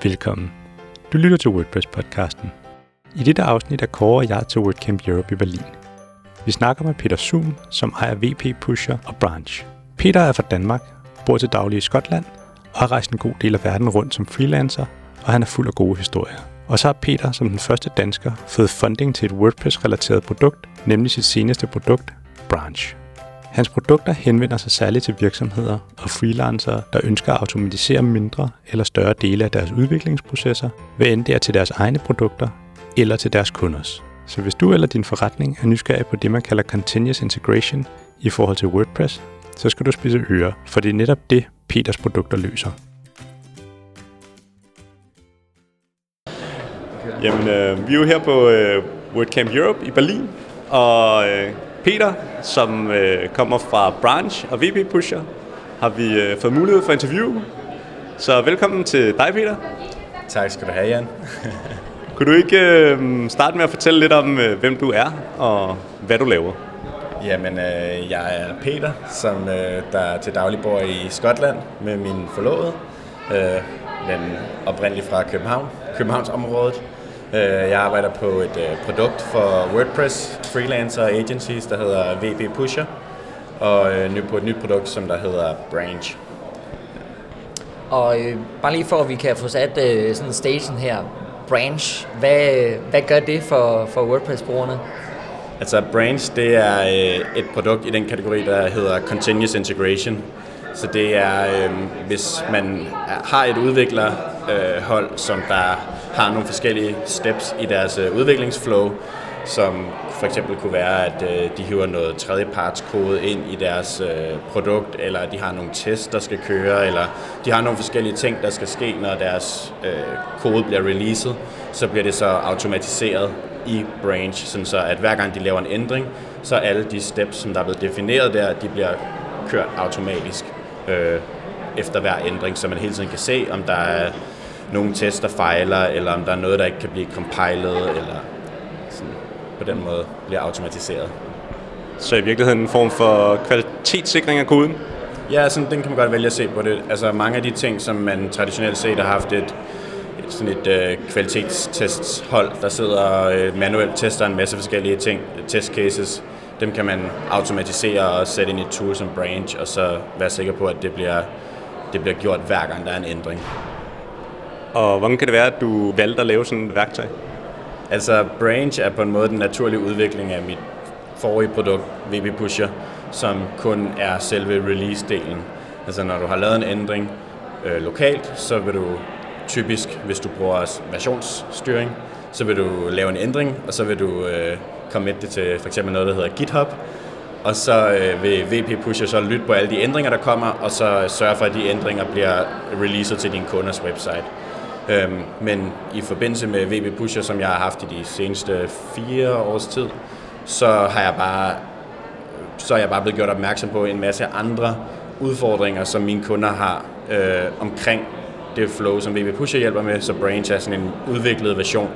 Velkommen. Du lytter til WordPress-podcasten. I dette afsnit er Kåre og jeg til WordCamp Europe i Berlin. Vi snakker med Peter Suhn, som ejer WP Pusher og Branch. Peter er fra Danmark, bor til daglig i Skotland og har rejst en god del af verden rundt som freelancer, og han er fuld af gode historier. Og så har Peter som den første dansker fået funding til et WordPress-relateret produkt, nemlig sit seneste produkt, Branch. Hans produkter henvender sig særligt til virksomheder og freelancere, der ønsker at automatisere mindre eller større dele af deres udviklingsprocesser, hvad end det er til deres egne produkter eller til deres kunders. Så hvis du eller din forretning er nysgerrig på det, man kalder continuous integration i forhold til WordPress, så skal du spidse ører, for det er netop det, Peters produkter løser. Jamen, vi er jo her på WordCamp Europe i Berlin, og Peter, som kommer fra Branch og WP Pusher, har vi fået mulighed for interview. Så velkommen til dig, Peter. Tak skal du have, Jan. Kunne du ikke starte med at fortælle lidt om, hvem du er og hvad du laver? Jamen, jeg er Peter, som der til daglig bor i Skotland med min forlovede, men oprindeligt fra Københavnsområdet. Jeg arbejder på et produkt for WordPress freelancer og agencies, der hedder WP Pusher, og på et nyt produkt, som der hedder Branch. Og bare lige for, at vi kan få sat sådan en station her, Branch, hvad gør det for WordPress-brugerne? Altså Branch, det er et produkt i den kategori, der hedder Continuous Integration. Så det er, hvis man har et udviklerhold, som der har nogle forskellige steps i deres udviklingsflow, som for eksempel kunne være, at de hiver noget tredjepartskode ind i deres produkt, eller de har nogle tests, der skal køre, eller de har nogle forskellige ting, der skal ske, når deres kode bliver releaset, så bliver det så automatiseret i Branch, sådan så at hver gang de laver en ændring, så alle de steps, som der er blevet defineret der, de bliver kørt automatisk efter hver ændring, så man hele tiden kan se, om der er nogle tests, der fejler, eller om der er noget, der ikke kan blive compiled, eller sådan, på den måde bliver automatiseret. Så i virkeligheden en form for kvalitetssikring af koden? Ja, sådan, den kan man godt vælge at se på det. Altså mange af de ting, som man traditionelt set har haft et kvalitetstesthold, der sidder manuelt tester en masse forskellige ting, testcases, dem kan man automatisere og sætte ind i et tool som Branch, og så være sikker på, at det bliver gjort hver gang, der er en ændring. Og hvordan kan det være, at du valgte at lave sådan et værktøj? Altså Branch er på en måde den naturlige udvikling af mit forrige produkt, WP Pusher, som kun er selve release-delen. Altså når du har lavet en ændring lokalt, så vil du typisk, hvis du bruger versionsstyring, så vil du lave en ændring, og så vil du commit det til for eksempel noget, der hedder GitHub. Og så vil WP Pusher så lytte på alle de ændringer, der kommer, og så sørge for, at de ændringer bliver releaset til din kunders website. Men i forbindelse med WP Pusher, som jeg har haft i de seneste 4 års tid, så er jeg bare blevet gjort opmærksom på en masse andre udfordringer, som mine kunder har omkring det flow, som WP Pusher hjælper med, så Branch er sådan en udviklet version.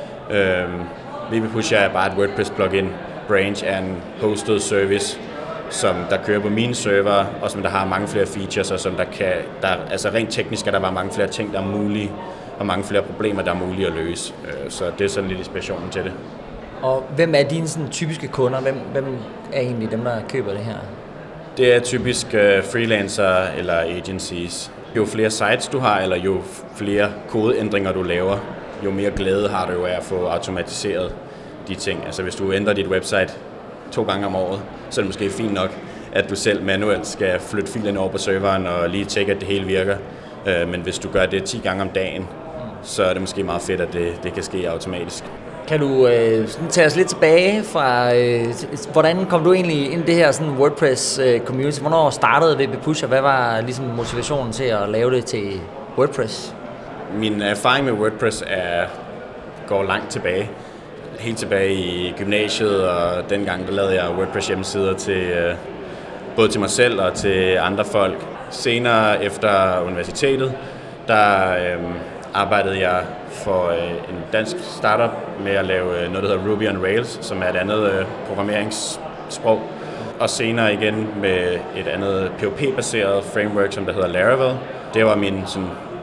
WP Pusher er bare et WordPress-plugin. Branch er en hosted service, som der kører på mine server, og som der har mange flere features, og som altså rent teknisk er der bare mange flere ting, der er mulige, og mange flere problemer, der er mulige at løse. Så det er sådan lidt inspirationen til det. Og hvem er dine sådan, typiske kunder? Hvem er egentlig dem, der køber det her? Det er typisk freelancer eller agencies. Jo flere sites du har, eller jo flere kodeændringer du laver, jo mere glæde har du jo af at få automatiseret de ting. Altså hvis du ændrer dit website 2 gange om året, så er det måske fint nok, at du selv manuelt skal flytte filen over på serveren og lige tjekke, at det hele virker. Men hvis du gør det 10 gange om dagen, så er det måske meget fedt, at det kan ske automatisk. Kan du tage os lidt tilbage fra, hvordan kom du egentlig ind i det her sådan WordPress community? Hvornår startede WP Pusher? Hvad var ligesom motivationen til at lave det til WordPress? Min erfaring med WordPress går langt tilbage. Helt tilbage i gymnasiet, og dengang der lavede jeg WordPress hjemmesider til både til mig selv og til andre folk. Senere efter universitetet, der arbejdede jeg for en dansk startup med at lave noget, der hedder Ruby on Rails, som er et andet programmeringssprog. Og senere igen med et andet PHP-baseret framework, som der hedder Laravel. Det var min sådan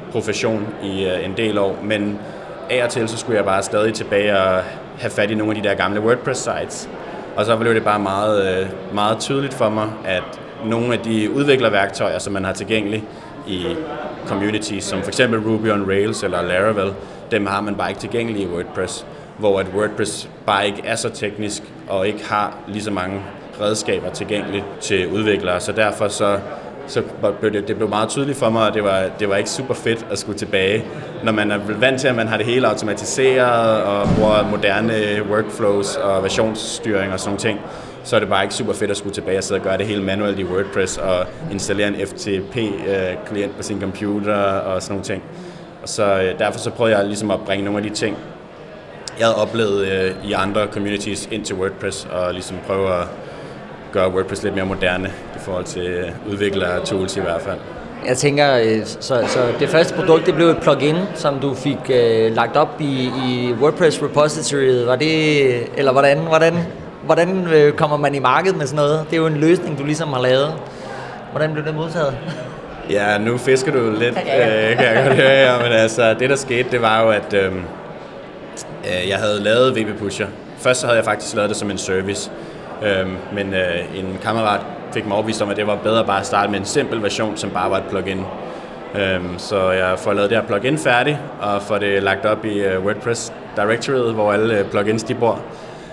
profession i en del år, men af og til så skulle jeg bare stadig tilbage og have fat i nogle af de der gamle WordPress-sites. Og så blev det bare meget, meget tydeligt for mig, at nogle af de udviklerværktøjer, som man har tilgængelige i communities, som for eksempel Ruby on Rails eller Laravel, dem har man bare ikke tilgængelige i WordPress, hvor at WordPress bare ikke er så teknisk og ikke har lige så mange redskaber tilgængelige til udviklere. Så derfor så blev det meget tydeligt for mig, at det var ikke super fedt at skulle tilbage. Når man er vant til, at man har det hele automatiseret og bruger moderne workflows og versionsstyring og sådan nogle ting, så er det bare ikke super fedt at skulle tilbage og sidde og gøre det hele manuelt i WordPress og installere en FTP-klient på sin computer og sådan nogle ting. Og så derfor så prøvede jeg ligesom at bringe nogle af de ting, jeg havde oplevet i andre communities ind til WordPress og ligesom prøve at gøre WordPress lidt mere moderne i forhold til udvikler-tools i hvert fald. Jeg tænker, så det første produkt, det blev et plugin, som du fik lagt op i WordPress repositoryet. Var det, eller hvordan kommer man i markedet med sådan noget? Det er jo en løsning, du ligesom har lavet. Hvordan blev det modtaget? Ja, nu fisker du lidt, kan jeg godt høre. Men altså, det der skete, det var jo, at jeg havde lavet VP Pusher. Først så havde jeg faktisk lavet det som en service. Men en kammerat fik mig overbevist om, at det var bedre bare at starte med en simpel version, som bare var et plugin. Så jeg får lavet det her plugin færdigt, og får det lagt op i WordPress directoryet, hvor alle plugins de bor.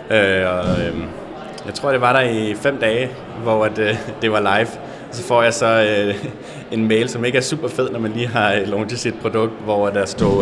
Jeg tror, det var der i 5 dage, hvor det var live. Så får jeg så en mail, som ikke er super fed, når man lige har launchet sit produkt, hvor der stod...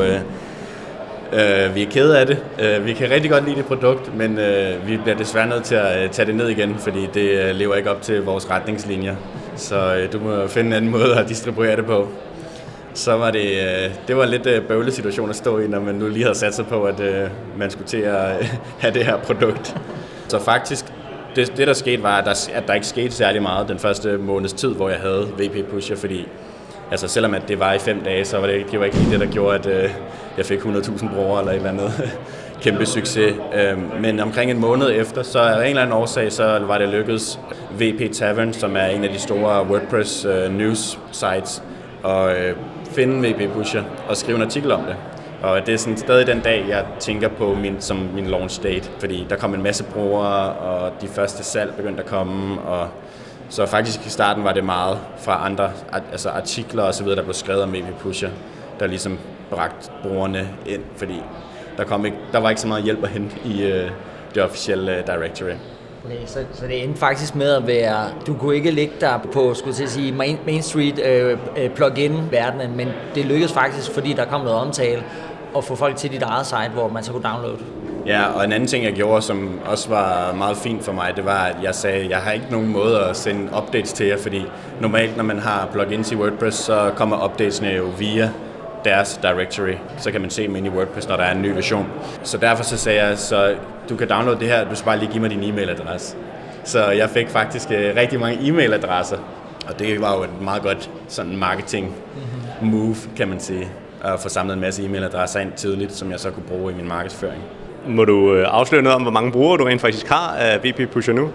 vi er kede af det. Vi kan rigtig godt lide det produkt, men vi bliver desværre nødt til at tage det ned igen, fordi det lever ikke op til vores retningslinjer. Så du må finde en anden måde at distribuere det på. Så var det var en lidt bøvlet situation at stå i, når man nu lige havde sat sig på, at man skulle til at have det her produkt. Så faktisk, det der skete var, at der ikke skete særlig meget den første måneds tid, hvor jeg havde VP Pusher, fordi altså selvom at det var i 5 dage, så var det var ikke lige det, der gjorde, at jeg fik 100.000 brugere eller et eller andet kæmpe succes. Men omkring en måned efter, så af en eller anden årsag, så var det lykkedes VP Tavern, som er en af de store WordPress news sites, at finde VP Pusher og skrive en artikel om det. Og det er sådan stadig den dag, jeg tænker på som min launch date, fordi der kom en masse brugere, og de første salg begyndte at komme, og så faktisk i starten var det meget fra andre altså artikler og så videre, der blev skrevet om VP Pusher, der ligesom bragte brugerne ind, fordi der var ikke så meget hjælp at hente i det officielle directory. Okay, så det endte faktisk med at være, du kunne ikke ligge der på, skulle jeg sige, Main Street plugin-verdenen, men det lykkedes faktisk, fordi der kom noget omtale, at få folk til dit eget site, hvor man så kunne downloade. Ja, og en anden ting, jeg gjorde, som også var meget fint for mig, det var, at jeg sagde, at jeg har ikke nogen måde at sende updates til jer, fordi normalt, når man har plugins i WordPress, så kommer updatesene jo via deres directory, så kan man se dem ind i WordPress, når der er en ny version. Så derfor så sagde jeg, så du kan downloade det her, du skal bare lige give mig din e-mailadresse. Så jeg fik faktisk rigtig mange e-mailadresser, og det var jo et meget godt sådan marketing move, kan man sige, at få samlet en masse e-mailadresser ind tidligt, som jeg så kunne bruge i min markedsføring. Må du afsløre noget om, hvor mange brugere du rent faktisk har af VP Pusher nu?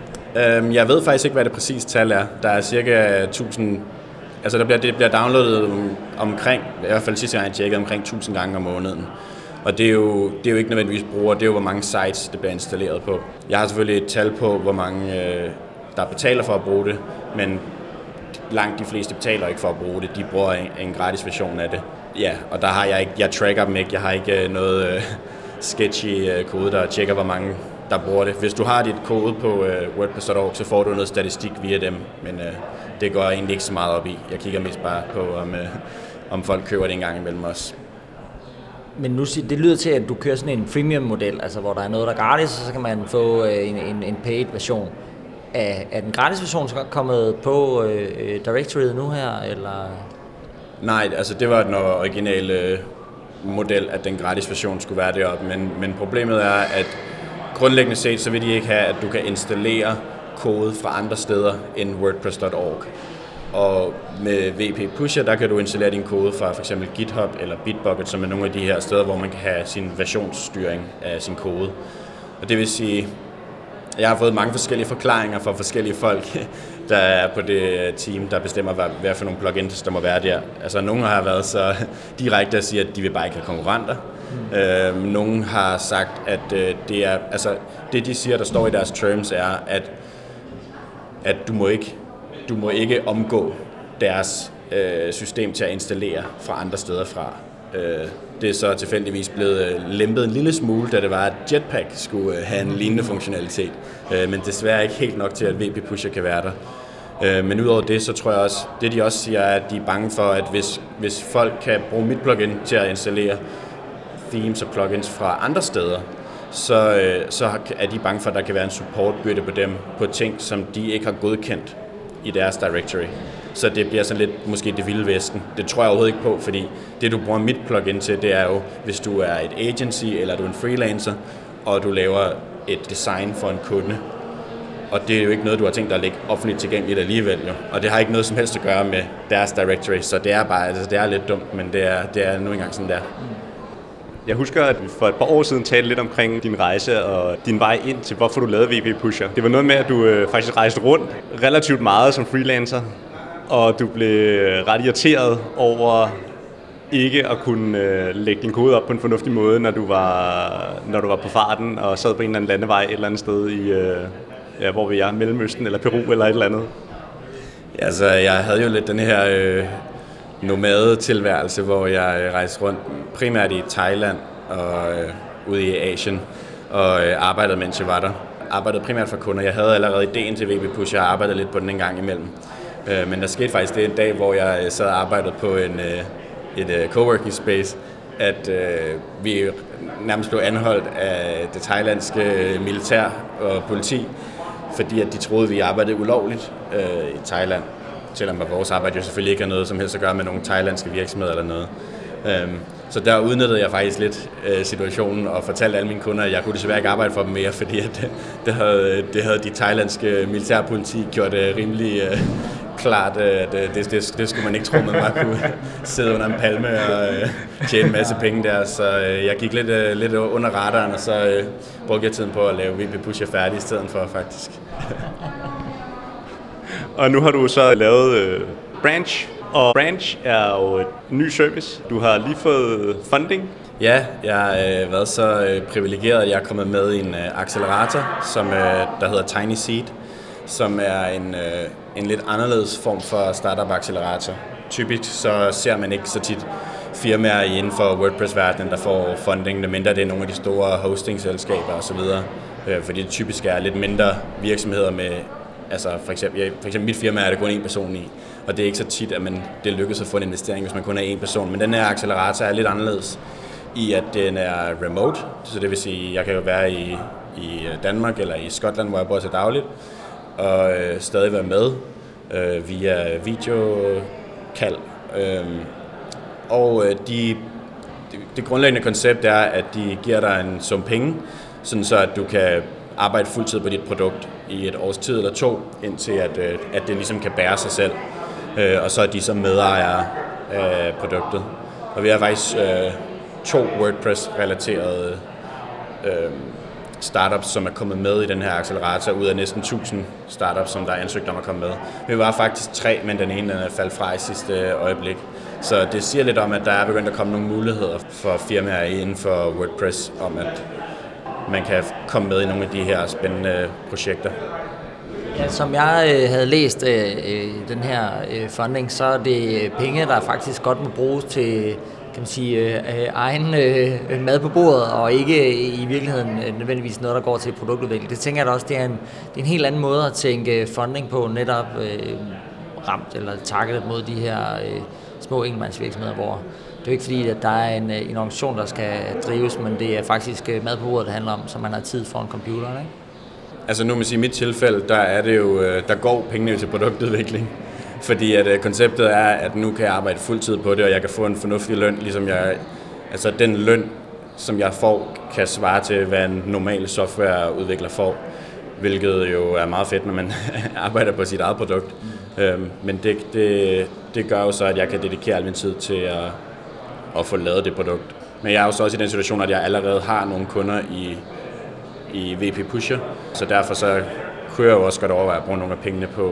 Jeg ved faktisk ikke, hvad det præcise tal er. Der er cirka 1000... Altså det bliver downloadet omkring, i hvert fald sidste gang jeg tjekkede, omkring 1000 gange om måneden. Og det er jo ikke nødvendigvis brugere, det er jo, hvor mange sites det bliver installeret på. Jeg har selvfølgelig et tal på, hvor mange der betaler for at bruge det, men langt de fleste betaler ikke for at bruge det. De bruger en gratis version af det. Ja, og der har jeg tracker dem ikke. Jeg har ikke noget sketchy kode, der tjekker, hvor mange der bruger det. Hvis du har dit kode på WordPress.org, så får du noget statistik via dem, men det går jeg egentlig ikke så meget op i. Jeg kigger mest bare på, om folk køber det en gang imellem os. Men nu det lyder til, at du kører sådan en freemium-model, altså hvor der er noget, der er gratis, og så kan man få en paid version. Er den gratis version så kommet på directoryet nu her, eller? Nej, altså det var den originale model, at den gratis version skulle være deroppe, men problemet er, at grundlæggende set, så vil de ikke have, at du kan installere kode fra andre steder end WordPress.org. Og med VP Pusher, der kan du installere din kode fra f.eks. GitHub eller Bitbucket, som er nogle af de her steder, hvor man kan have sin versionsstyring af sin kode. Og det vil sige, jeg har fået mange forskellige forklaringer fra forskellige folk der er på det team, der bestemmer, hvad for nogle plugins, der må være der. Altså, nogle har været så direkte at sige, at de vil bare ikke have konkurrenter. Nogle har sagt, at det er, altså, det de siger, der står i deres terms, er, at du må ikke omgå deres system til at installere fra andre steder fra. Det er så tilfældigvis blevet lempet en lille smule, da det var, at Jetpack skulle have en lignende funktionalitet. Men desværre ikke helt nok til, at VP Pusher kan være der. Men udover det, så tror jeg også, det de også siger, er, at de er bange for, at hvis folk kan bruge mit plugin til at installere themes og plugins fra andre steder, så er de bange for, at der kan være en supportbyrde på dem, på ting, som de ikke har godkendt i deres directory. Så det bliver sådan lidt måske det vilde vesten. Det tror jeg overhovedet ikke på, fordi det du bruger mit plugin til, det er jo, hvis du er et agency eller du er en freelancer, og du laver et design for en kunde. Og det er jo ikke noget, du har tænkt dig at lægge offentligt tilgængeligt alligevel. Jo. Og det har ikke noget som helst at gøre med deres directory, så det er bare, altså det er lidt dumt, men det er nu engang sådan der. Jeg husker, at vi for et par år siden talte lidt omkring din rejse og din vej ind til, hvorfor du lavede VP Pusher. Det var noget med, at du faktisk rejste rundt relativt meget som freelancer, og du blev ret irriteret over ikke at kunne lægge din kode op på en fornuftig måde, når du var på farten og sad på en eller anden landevej et eller andet sted i, hvor vi er, Mellemøsten eller Peru eller et eller andet. Ja, altså, jeg havde jo lidt den her nomade-tilværelse, hvor jeg rejste rundt primært i Thailand og ude i Asien og arbejdede, mens jeg var der. Arbejdede primært for kunder. Jeg havde allerede idéen til VP Pusher, jeg arbejdede lidt på den en gang imellem. Men der skete faktisk det en dag, hvor jeg sad og arbejdede på et coworking space, at vi nærmest blev anholdt af det thailandske militær og politi, fordi at de troede, vi arbejdede ulovligt i Thailand. Selvom vores arbejde jo selvfølgelig ikke har noget som helst at gøre med nogle thailandske virksomheder eller noget. Så der udnyttede jeg faktisk lidt situationen og fortalte alle mine kunder, at jeg kunne desværre ikke arbejde for dem mere, fordi at det havde de thailandske militærpoliti gjort rimelig klart, at det skulle man ikke tro, man bare kunne sidde under en palme og tjene en masse penge der. Så jeg gik lidt under radaren, og så brugte jeg tiden på at lave VP Pusher færdig i stedet for faktisk. Og nu har du så lavet Branch, og Branch er jo en ny service. Du har lige fået funding. Ja, jeg har været så privilegeret, at jeg er kommet med i en accelerator, der hedder Tiny Seed, som er en lidt anderledes form for startup-accelerator. Typisk så ser man ikke så tit firmaer inden for WordPress-verdenen, der får funding, medmindre det er nogle af de store hosting-selskaber osv., fordi det typisk er lidt mindre virksomheder med. Altså for eksempel mit firma er det kun én person i, og det er ikke så tit, at det lykkes at få en investering, hvis man kun er én person. Men den her accelerator er lidt anderledes i, at den er remote, så det vil sige, at jeg kan jo være i Danmark eller i Skotland, hvor jeg bor til dagligt, og stadig være med via videokald. Og det grundlæggende koncept er, at de giver dig en sum penge, sådan så at du kan arbejde fuldtid på dit produkt i et års tid eller 2, indtil at det ligesom kan bære sig selv. Og så er de så medejere af produktet. Og vi har faktisk 2 WordPress-relaterede startups, som er kommet med i den her accelerator, ud af næsten 1000 startups, som der er ansøgt om at komme med. Vi var faktisk 3, men den ene er faldt fra i sidste øjeblik. Så det siger lidt om, at der er begyndt at komme nogle muligheder for firmaer inden for WordPress, om at man kan komme med i nogle af de her spændende projekter. Ja, som jeg havde læst den her funding, så er det penge, der faktisk godt må bruges til, kan man sige, egen mad på bordet, og ikke i virkeligheden nødvendigvis noget, der går til produktudvikling. Det tænker jeg da også, det er en helt anden måde at tænke funding på, netop ramt eller targetet mod de her små enkeltmandsvirksomheder, hvor det er jo ikke fordi, at der er en organisation, der skal drives, men det er faktisk mad på bordet, det handler om, så man har tid for en computer, ikke? Altså nu med i mit tilfælde, der er det jo, der går pengene til produktudvikling. Fordi at konceptet er, at nu kan jeg arbejde fuldtid på det, og jeg kan få en fornuftig løn, ligesom altså den løn, som jeg får, kan svare til, hvad en normal softwareudvikler får. Hvilket jo er meget fedt, når man arbejder på sit eget produkt. Men det gør jo så, at jeg kan dedikere al min tid til at få lavet det produkt. Men jeg er jo så også i den situation, at jeg allerede har nogle kunder i VP Pusher. Så derfor så kunne jeg jo også godt overveje at bruge nogle af pengene på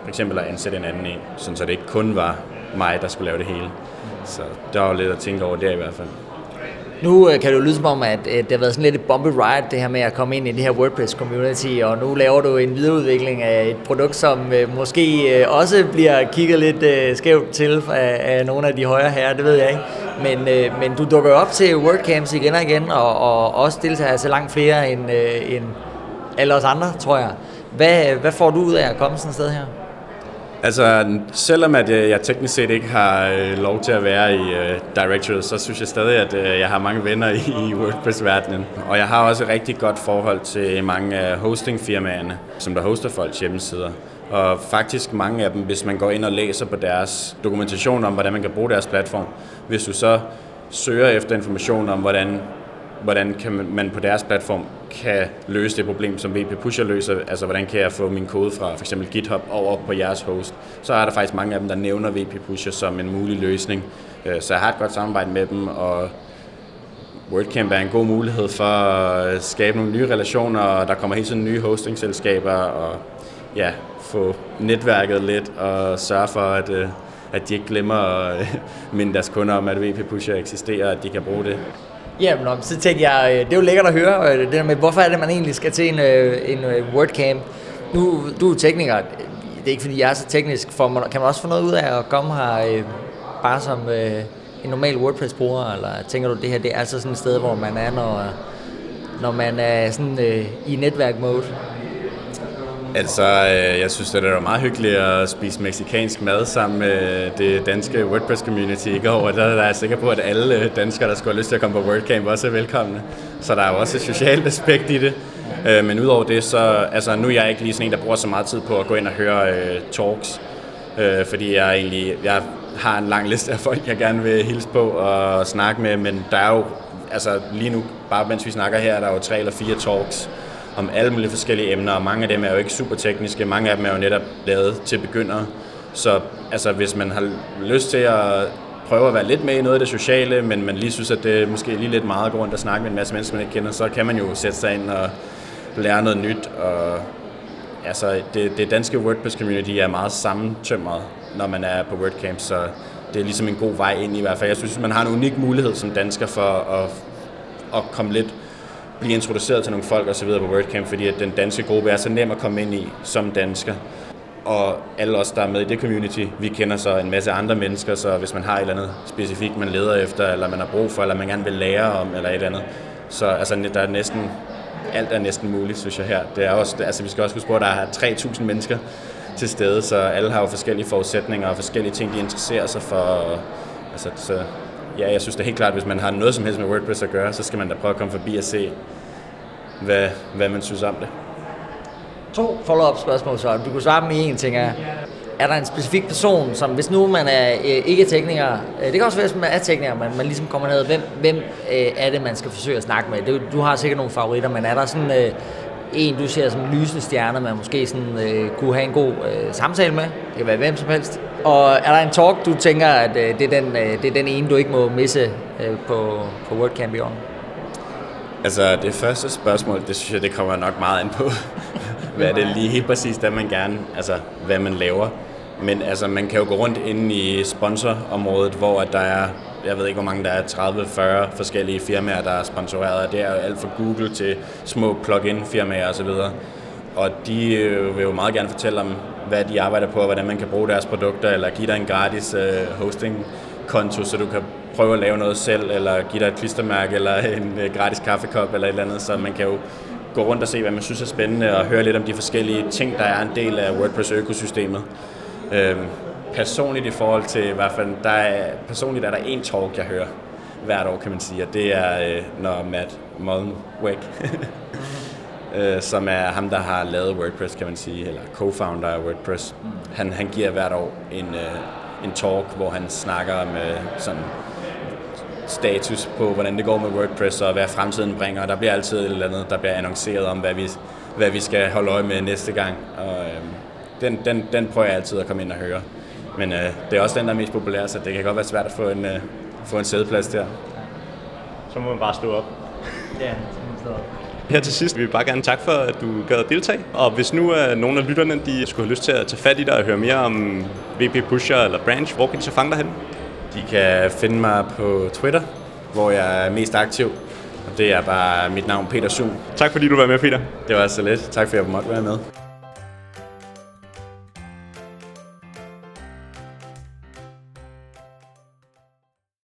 for eksempel at ansætte en anden en, sådan så det ikke kun var mig, der skulle lave det hele. Så der var lidt at tænke over der i hvert fald. Nu kan det jo lyde som om, at det har været sådan lidt et bumpy ride, det her med at komme ind i det her WordPress-community, og nu laver du en videreudvikling af et produkt, som måske også bliver kigget lidt skævt til af nogle af de højere herrer, det ved jeg ikke. Men du dukker op til WordCamps igen og igen, og også deltager til langt flere end alle os andre, tror jeg. Hvad får du ud af at komme sådan et sted her? Altså, selvom at jeg teknisk set ikke har lov til at være i Directory, så synes jeg stadig, at jeg har mange venner i WordPress-verdenen. Og jeg har også et rigtig godt forhold til mange af hostingfirmaerne, som der hoster folks hjemmesider. Og faktisk mange af dem, hvis man går ind og læser på deres dokumentation om, hvordan man kan bruge deres platform, hvis du så søger efter information om, hvordan kan man på deres platform kan løse det problem, som WP Pusher løser, altså hvordan kan jeg få min kode fra for eksempel GitHub over på jeres host, så er der faktisk mange af dem, der nævner WP Pusher som en mulig løsning. Så jeg har et godt samarbejde med dem, og WordCamp er en god mulighed for at skabe nogle nye relationer, og der kommer helt sådan nye hostingselskaber, og ja, få netværket lidt, og sørge for, at de ikke glemmer at minde deres kunder om, at WP Pusher eksisterer, og at de kan bruge det. Jamen, så tænker jeg, det er jo lækkert at høre, det der med, hvorfor er det, man egentlig skal til en WordCamp. Du er tekniker, det er ikke fordi, jeg er så teknisk, kan man også få noget ud af at komme her bare som en normal WordPress-bruger, eller tænker du, det her det er altså sådan et sted, hvor man er, når man er sådan i netværk-mode? Altså, jeg synes, det er meget hyggeligt at spise mexicansk mad sammen med det danske WordPress-community i går, og der er jeg sikker på, at alle danskere, der skulle have lyst til at komme på WordCamp, også er velkomne. Så der er jo også et socialt aspekt i det. Men udover det, så altså, nu er jeg ikke lige sådan en, der bruger så meget tid på at gå ind og høre talks, fordi jeg har en lang liste af folk, jeg gerne vil hilse på og snakke med, men der er jo, altså lige nu, bare mens vi snakker her, der er jo 3 eller 4 talks om alle mulige forskellige emner, og mange af dem er jo ikke super tekniske, mange af dem er jo netop lavet til begyndere. Så altså, hvis man har lyst til at prøve at være lidt med i noget af det sociale, men man lige synes, at det er måske lige lidt meget at gå rundt og snakke med en masse mennesker, man ikke kender, så kan man jo sætte sig ind og lære noget nyt. Og altså, det danske WordPress-community er meget sammentømret, når man er på WordCamp, så det er ligesom en god vej ind i hvert fald. Jeg synes, man har en unik mulighed som dansker for at komme lidt blive introduceret til nogle folk og så videre på WordCamp, fordi at den danske gruppe er så nem at komme ind i som dansker. Og alle os, der er med i det community, vi kender så en masse andre mennesker, så hvis man har et eller andet specifikt, man leder efter, eller man har brug for, eller man gerne vil lære om, eller et eller andet, så altså, der er næsten, alt er næsten muligt, synes jeg her. Det er også, altså, vi skal også huske på, at der er 3.000 mennesker til stede, så alle har jo forskellige forudsætninger og forskellige ting, de interesserer sig for. Altså, så ja, jeg synes det er helt klart, at hvis man har noget som helst med WordPress at gøre, så skal man da prøve at komme forbi og se, hvad man synes om det. 2 follow-up spørgsmål, så du kunne svare dem i en ting. Er der en specifik person, som hvis nu man er ikke tekniker, det kan også være, hvis man er tekniker, men man ligesom kommer ned, hvem er det, man skal forsøge at snakke med? Du har sikkert nogle favoritter, men er der sådan en, du ser som lysende stjerne, man måske sådan, kunne have en god samtale med? Det kan være hvem som helst. Og er der en talk, du tænker, at det er den ene, du ikke må misse på WordCamp i år? Altså, det første spørgsmål, det synes jeg, det kommer nok meget an på, hvad er det lige helt præcis, der man gerne, altså, hvad man laver. Men altså, man kan jo gå rundt inde i sponsorområdet, hvor der er, jeg ved ikke, hvor mange der er, 30-40 forskellige firmaer, der er sponsoreret. Det er jo alt fra Google til små plug-in-firmaer osv. Og de vil jo meget gerne fortælle om, hvad de arbejder på, og hvordan man kan bruge deres produkter, eller give dig en gratis hosting-konto, så du kan prøve at lave noget selv, eller give dig et klistermærke, eller en gratis kaffekop, eller et eller andet. Så man kan jo gå rundt og se, hvad man synes er spændende, og høre lidt om de forskellige ting, der er en del af WordPress-økosystemet. Personligt i forhold til, i hvert fald, personligt er der en talk, jeg hører hvert år, kan man sige, og det er, når Matt Mullenweg, som er ham, der har lavet WordPress, kan man sige, eller co-founder af WordPress. Han giver hvert år en talk, hvor han snakker om sådan status på, hvordan det går med WordPress, og hvad fremtiden bringer. Der bliver altid et eller andet, der bliver annonceret om, hvad vi skal holde øje med næste gang. Og den prøver jeg altid at komme ind og høre. Men det er også den, der er mest populær, så det kan godt være svært at få en sædeplads der. Så må man bare stå op. Ja, så må man stå op. Her til sidst vil vi bare gerne takke for, at du gad at deltage. Og hvis nu nogle af lytterne de skulle have lyst til at tage fat i dig og høre mere om VP Pusher eller Branch, hvor kan de så fange dig henne? De kan finde mig på Twitter, hvor jeg er mest aktiv. Og det er bare mit navn, Peter Suhn. Tak fordi du var med, Peter. Det var så let. Tak fordi jeg måtte være med.